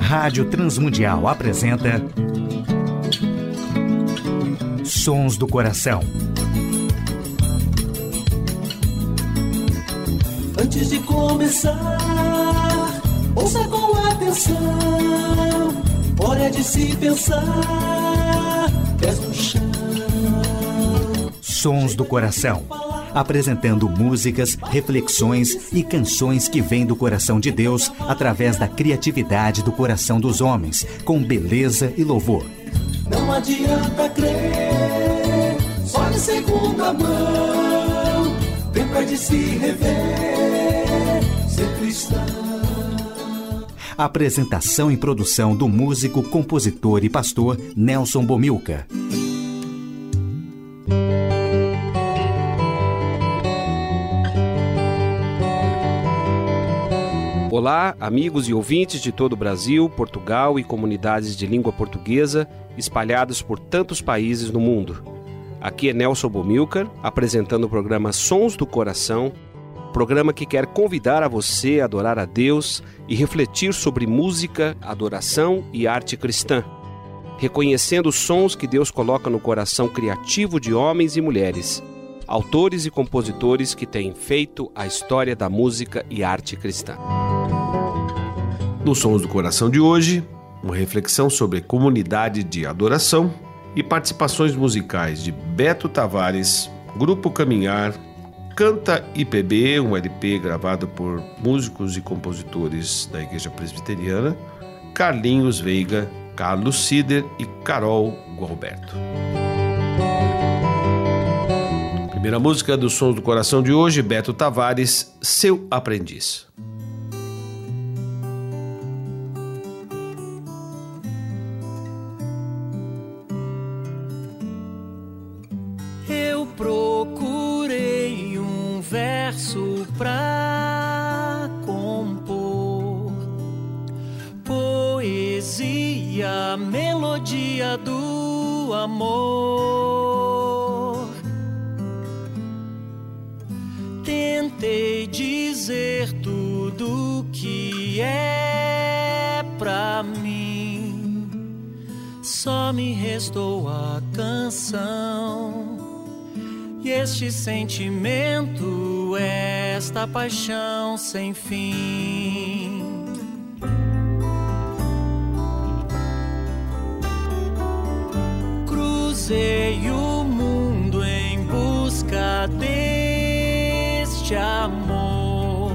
Rádio Transmundial apresenta Sons do Coração. Antes de começar, ouça com atenção. Hora de se pensar, pés no chão. Sons do Coração. Apresentando músicas, reflexões e canções que vêm do coração de Deus através da criatividade do coração dos homens, com beleza e louvor. Não adianta crer, só de segunda mão. Tempo é de se rever, ser cristão. Apresentação e produção do músico, compositor e pastor Nelson Bomilcar. Olá, amigos e ouvintes de todo o Brasil, Portugal e comunidades de língua portuguesa espalhados por tantos países no mundo. Aqui é Nelson Bomilcar, apresentando o programa Sons do Coração, programa que quer convidar a você a adorar a Deus e refletir sobre música, adoração e arte cristã, reconhecendo os sons que Deus coloca no coração criativo de homens e mulheres, autores e compositores que têm feito a história da música e arte cristã. Nos Sons do Coração de hoje, uma reflexão sobre comunidade de adoração e participações musicais de Beto Tavares, Grupo Caminhar, Canta IPB, um LP gravado por músicos e compositores da Igreja Presbiteriana, Carlinhos Veiga, Carlos Sider e Carol Gualberto. Primeira música dos Sons do Coração de hoje, Beto Tavares, Seu Aprendiz. Eu procurei um verso pra compor, poesia, melodia do amor. Tentei dizer tudo que é pra mim, só me restou a canção. E este sentimento, esta paixão sem fim. Cruzei o mundo em busca deste amor,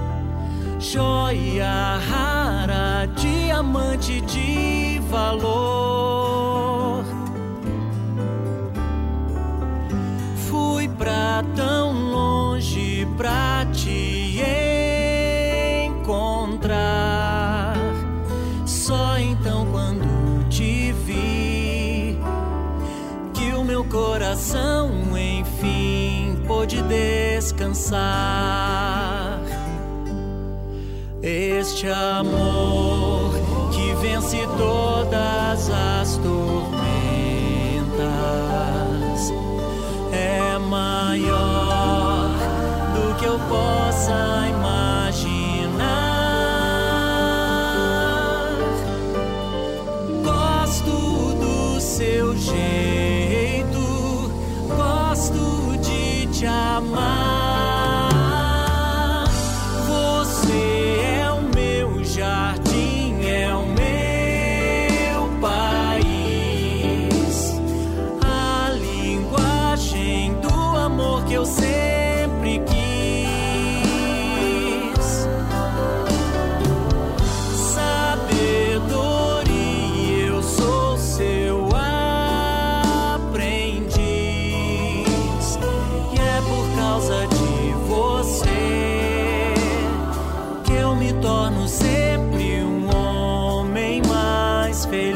joia rara, diamante de valor. Fui pra tão longe pra te encontrar. Só então quando te vi que o meu coração enfim pôde descansar. Este amor que vence todas as tormentas é maior do que eu possa imaginar. Gosto do seu jeito, gosto de te amar. Você é o meu jardim, é o meu país. A linguagem do amor que eu sempre quis. Sabedoria, eu sou seu aprendiz. E é por causa de você que eu me torno sempre um homem mais feliz.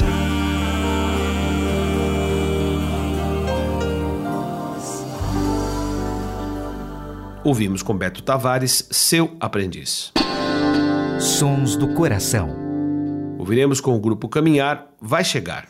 Ouvimos com Beto Tavares, Seu Aprendiz. Sons do Coração. Ouviremos com o Grupo Caminhar, Vai Chegar.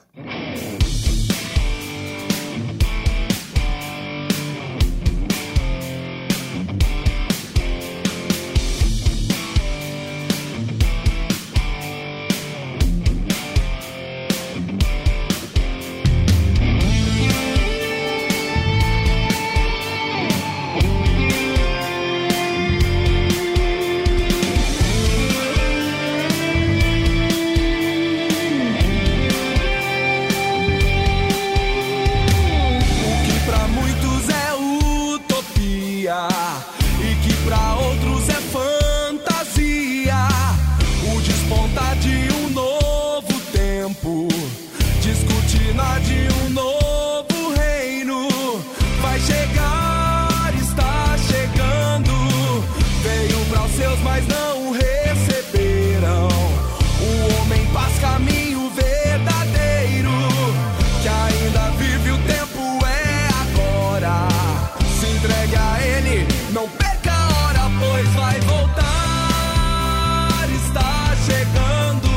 de um novo reino vai chegar, está chegando. Veio para os seus, mas não o receberam. O homem paz, caminho verdadeiro, que ainda vive, o tempo é agora. Se entregue a ele, não perca a hora, pois vai voltar, está chegando.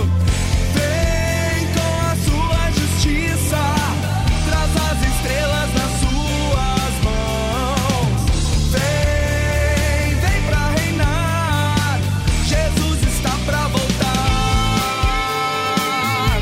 Vem com a sua justiça, traz as estrelas nas suas mãos. Vem, vem pra reinar, Jesus está pra voltar.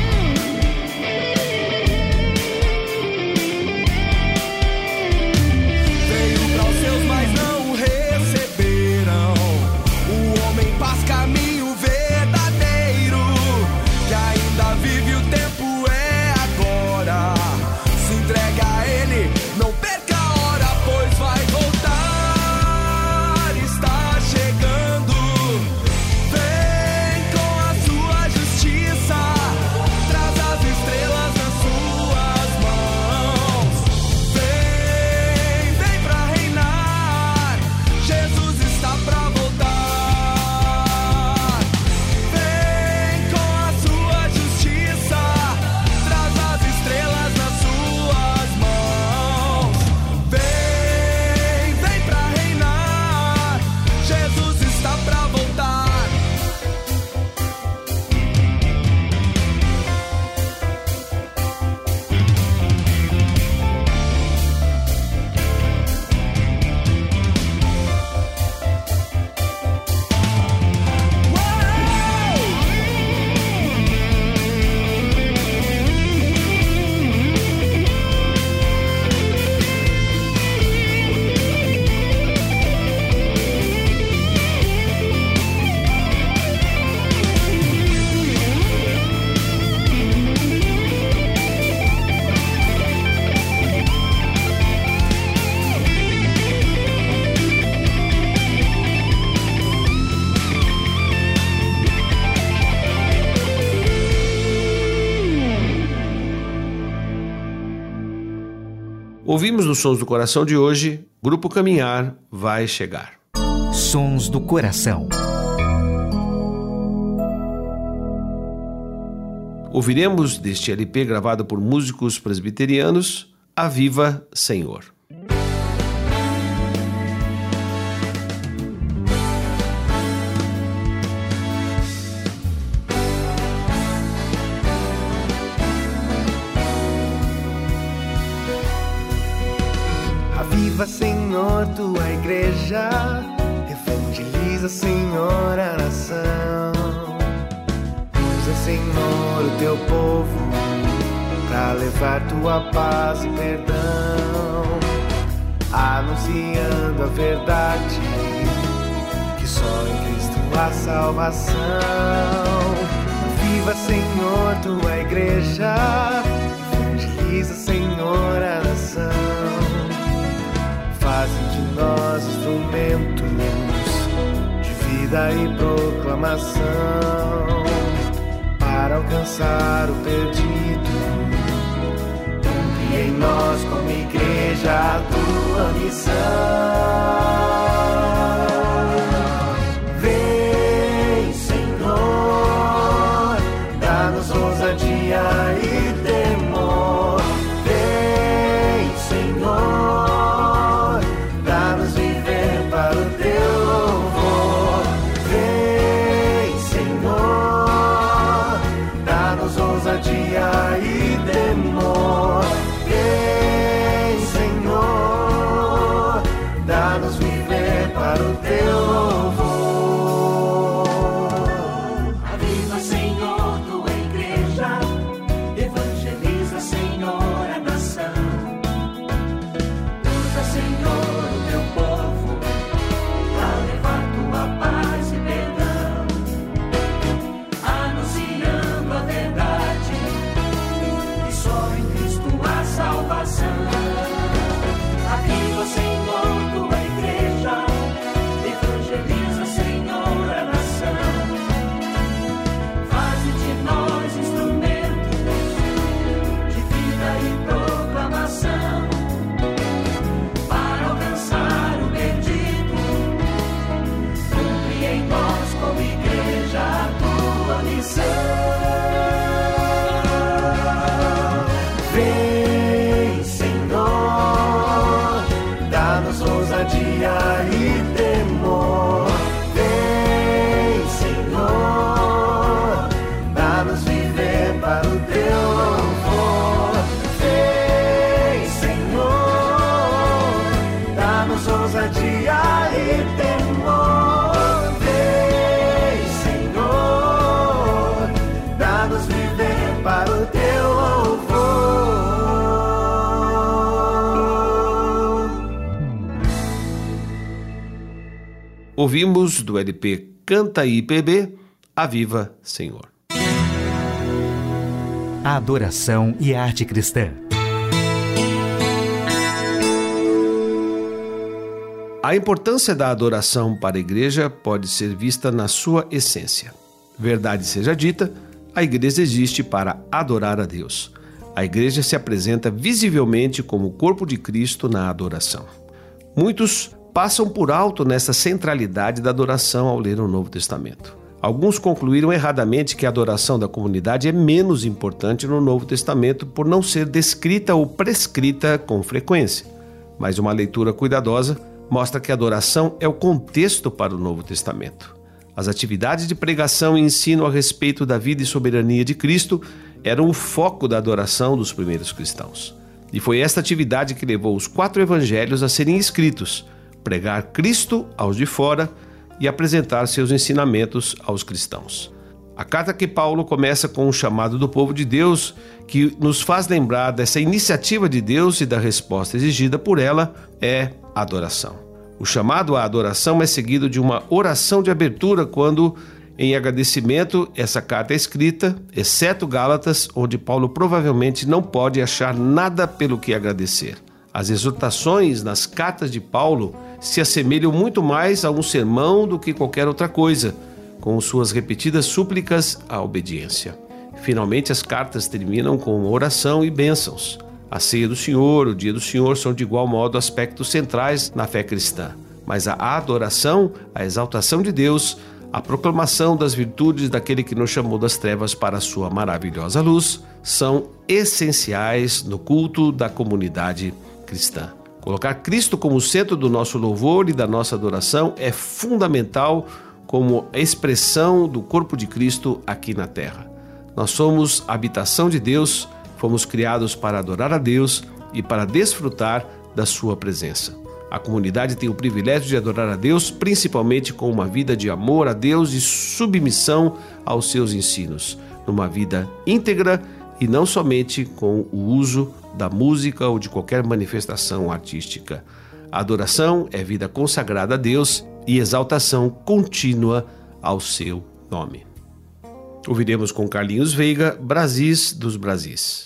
Veio pra os seus, mas não o receberam. O homem paz, caminho verdadeiro, que ainda vive, o tempo é agora. Se entrega a ele, não perca a hora, pois vai voltar, está chegando. Vem com a sua justiça, traz as estrelas nas suas mãos. Vem, vem pra reinar, Jesus está pra voltar. Vem com a sua justiça, traz as estrelas nas suas mãos. Vem, vem pra reinar, Jesus está pra voltar. Ouvimos nos Sons do Coração de hoje, Grupo Caminhar vai chegar. Sons do Coração. Ouviremos deste LP gravado por músicos presbiterianos, Aviva Senhor. Aviva, Senhor, tua igreja, evangeliza, Senhor, a nação. Usa, Senhor, o teu povo pra levar tua paz e perdão, anunciando a verdade, que só em Cristo há salvação. Aviva, Senhor, tua igreja, evangeliza, Senhor, a nação. Fazem de nós instrumentos de vida e proclamação, para alcançar o perdido. Cumpre em nós como igreja a tua missão. Vem, Senhor, dá-nos ousadia e temor. Vem, Senhor, dá-nos viver para o teu louvor. Vem, Senhor, dá-nos ousadia e temor. Vem, Senhor, dá-nos viver Ouvimos do LP Canta IPB, A Viva Senhor. A adoração e a arte cristã. A importância da adoração para a igreja pode ser vista na sua essência. Verdade seja dita, a igreja existe para adorar a Deus. A igreja se apresenta visivelmente como o corpo de Cristo na adoração. Muitos passam por alto nessa centralidade da adoração ao ler o Novo Testamento. Alguns concluíram erradamente que a adoração da comunidade é menos importante no Novo Testamento por não ser descrita ou prescrita com frequência. Mas uma leitura cuidadosa mostra que a adoração é o contexto para o Novo Testamento. As atividades de pregação e ensino a respeito da vida e soberania de Cristo eram o foco da adoração dos primeiros cristãos. E foi esta atividade que levou os 4 evangelhos a serem escritos: pregar Cristo aos de fora e apresentar seus ensinamentos aos cristãos. A carta que Paulo começa com um chamado do povo de Deus, que nos faz lembrar dessa iniciativa de Deus e da resposta exigida por ela, é a adoração. O chamado à adoração é seguido de uma oração de abertura quando, em agradecimento, essa carta é escrita, exceto Gálatas, onde Paulo provavelmente não pode achar nada pelo que agradecer. As exortações nas cartas de Paulo se assemelham muito mais a um sermão do que qualquer outra coisa, com suas repetidas súplicas à obediência. Finalmente, as cartas terminam com oração e bênçãos. A ceia do Senhor, o dia do Senhor são de igual modo aspectos centrais na fé cristã. Mas a adoração, a exaltação de Deus, a proclamação das virtudes daquele que nos chamou das trevas para a sua maravilhosa luz, são essenciais no culto da comunidade cristã. Colocar Cristo como centro do nosso louvor e da nossa adoração é fundamental como expressão do corpo de Cristo aqui na terra. Nós somos a habitação de Deus, fomos criados para adorar a Deus e para desfrutar da sua presença. A comunidade tem o privilégio de adorar a Deus, principalmente com uma vida de amor a Deus e submissão aos seus ensinos, numa vida íntegra e não somente com o uso da música ou de qualquer manifestação artística. A adoração é vida consagrada a Deus e exaltação contínua ao seu nome. Ouviremos com Carlinhos Veiga, Brasis dos Brasis.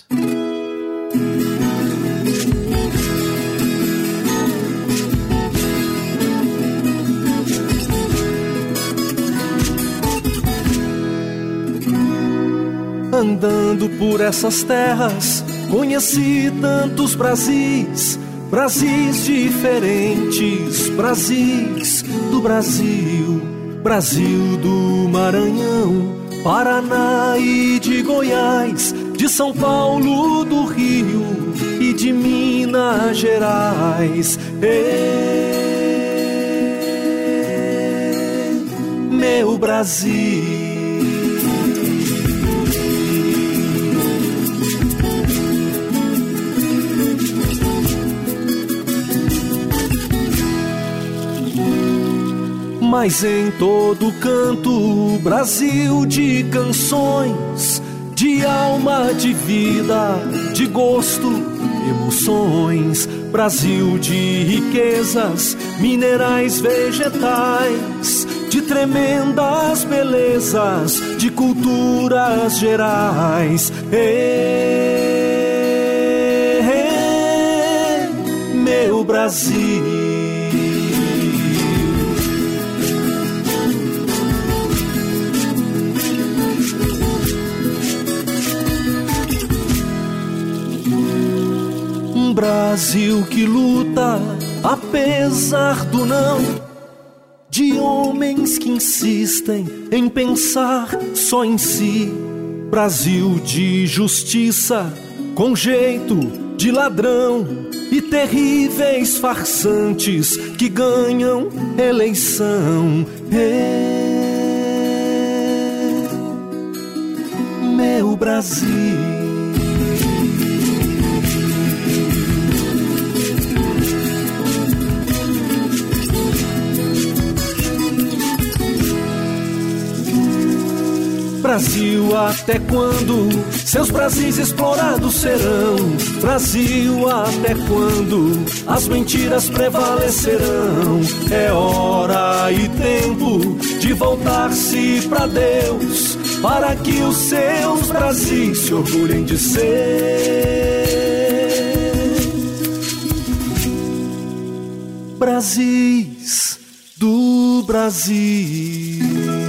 Andando por essas terras, conheci tantos Brasis, Brasis diferentes, Brasis do Brasil, Brasil do Maranhão, Paraná e de Goiás, de São Paulo, do Rio e de Minas Gerais. Meu Brasil. Mas em todo canto, Brasil de canções, de alma, de vida, de gosto, emoções. Brasil de riquezas, minerais, vegetais, de tremendas belezas, de culturas gerais. Meu Brasil. Brasil que luta, apesar do não, de homens que insistem em pensar só em si. Brasil de justiça, com jeito de ladrão, e terríveis farsantes que ganham eleição. Meu Brasil. Brasil, até quando seus Brasis explorados serão? Brasil, até quando as mentiras prevalecerão? É hora e tempo de voltar-se pra Deus, para que os seus Brasis se orgulhem de ser Brasis do Brasil.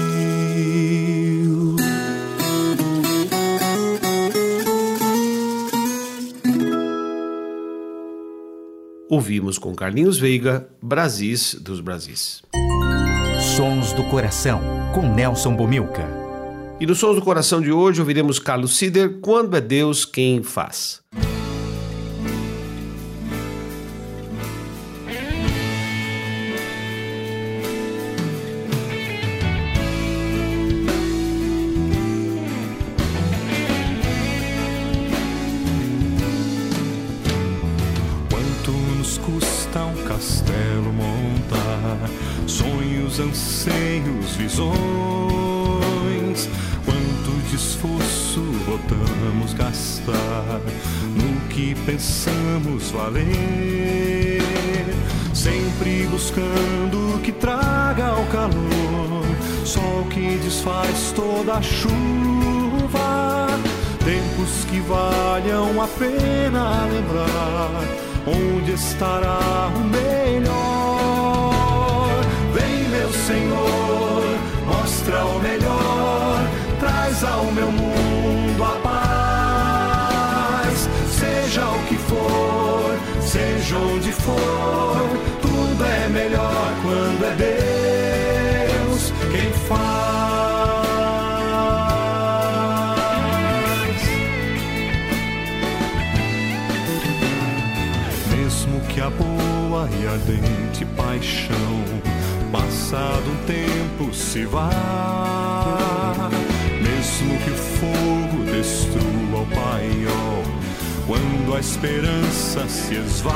Ouvimos com Carlinhos Veiga, Brasis dos Brasis. Sons do Coração, com Nelson Bomilca. E no Sons do Coração de hoje ouviremos Carlos Sider, Quando é Deus Quem Faz. Custa um castelo montar, sonhos, anseios, visões. Quanto de esforço botamos gastar no que pensamos valer, sempre buscando o que traga o calor, sol que desfaz toda a chuva, tempos que valham a pena lembrar. Onde estará o melhor? Vem, meu Senhor, mostra o melhor, traz ao meu mundo a paz. Seja o que for, seja onde for, tudo é melhor quando é Deus quem faz. Que a boa e ardente paixão, passado um tempo, se vá, mesmo que o fogo destrua o paiol, quando a esperança se esvai,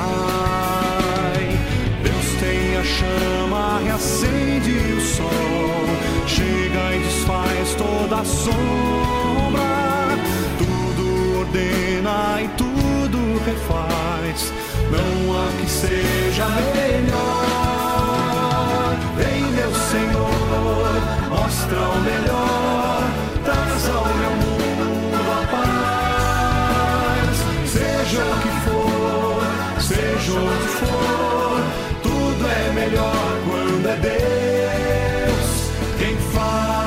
Deus tem a chama, reacende o sol, chega e desfaz toda a sombra, tudo ordena e tudo refaz. Não há que seja melhor. Vem, meu Senhor, mostra o melhor, traz ao meu mundo a paz. Seja o que for, seja onde for, tudo é melhor quando é Deus quem faz.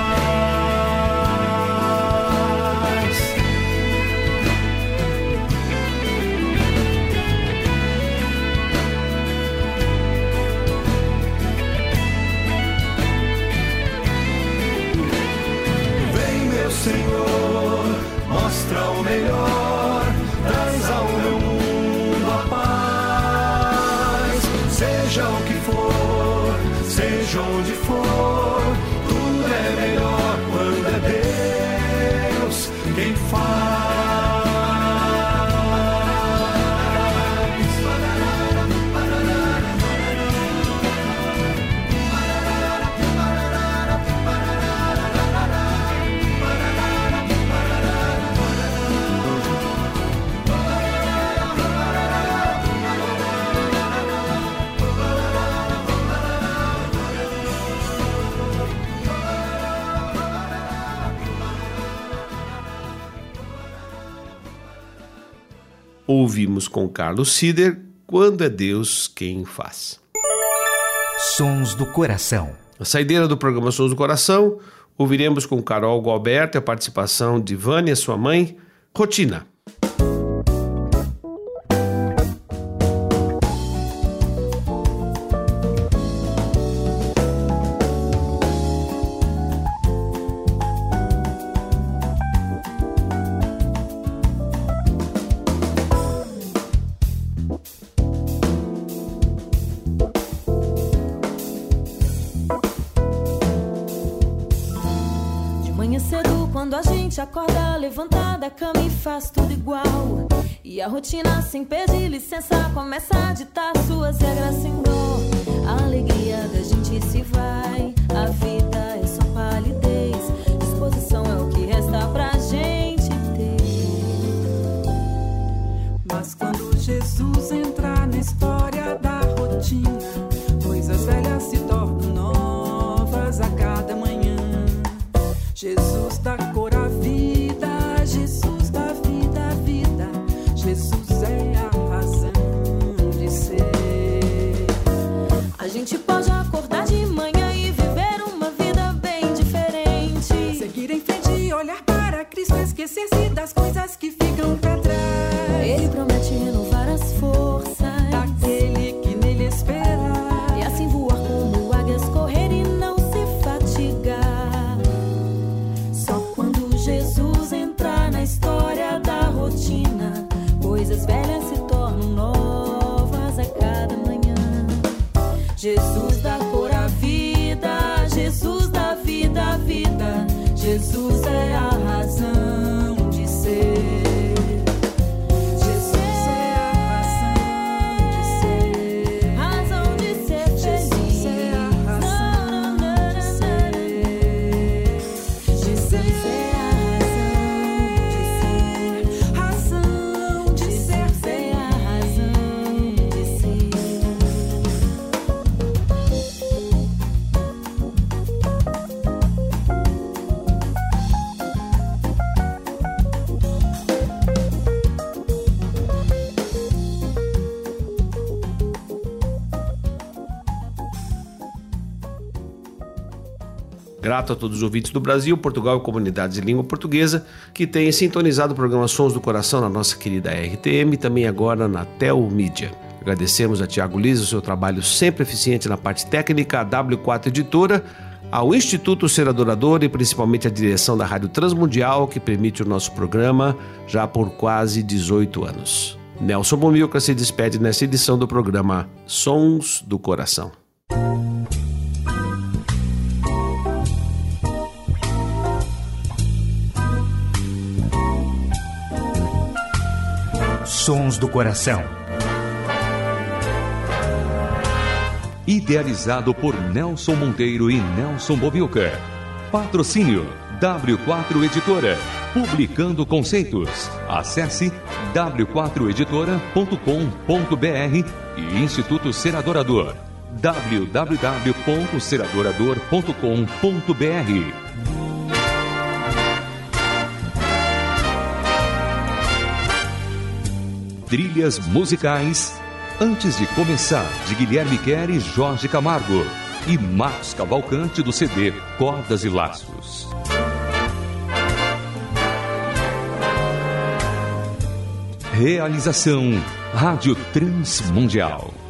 Senhor, mostra o melhor, traz ao meu mundo a paz. Seja o que for, seja onde for, tudo é melhor quando é Deus quem faz. Ouvimos com Carlos Sider, Quando é Deus Quem Faz. Sons do Coração. A saideira do programa Sons do Coração, ouviremos com Carol Gualberto a participação de Vânia, sua mãe, Rotina. Quando a gente acorda, levanta da cama e faz tudo igual. E a rotina, sem pedir licença, começa a ditar suas regras sem dó. A alegria da gente se vai, a vida é só palidez. Disposição é esquecer-se das coisas que ficam pra trás. Ele promete renovar as forças daquele que nele espera, e assim voar como águias, correr e não se fatigar. Só quando Jesus entrar na história da rotina, coisas velhas se tornam novas a cada manhã. Jesus dá cor à vida, Jesus dá vida à vida, Jesus é a razão de ser. Grato a todos os ouvintes do Brasil, Portugal e comunidades de língua portuguesa que têm sintonizado o programa Sons do Coração na nossa querida RTM e também agora na Tel Mídia. Agradecemos a Tiago Liza o seu trabalho sempre eficiente na parte técnica, a W4 Editora, ao Instituto Ser Adorador e principalmente a direção da Rádio Transmundial que permite o nosso programa já por quase 18 anos. Nelson Bomilcar se despede nessa edição do programa Sons do Coração. Sons do Coração. Idealizado por Nelson Monteiro e Nelson Bomilcar. Patrocínio W4 Editora. Publicando conceitos. Acesse w4editora.com.br e Instituto Ser Adorador. www.seradorador.com.br. Trilhas musicais Antes de Começar, de Guilherme Quer e Jorge Camargo, e Marcos Cavalcante do CD Cordas e Laços. Realização Rádio Transmundial.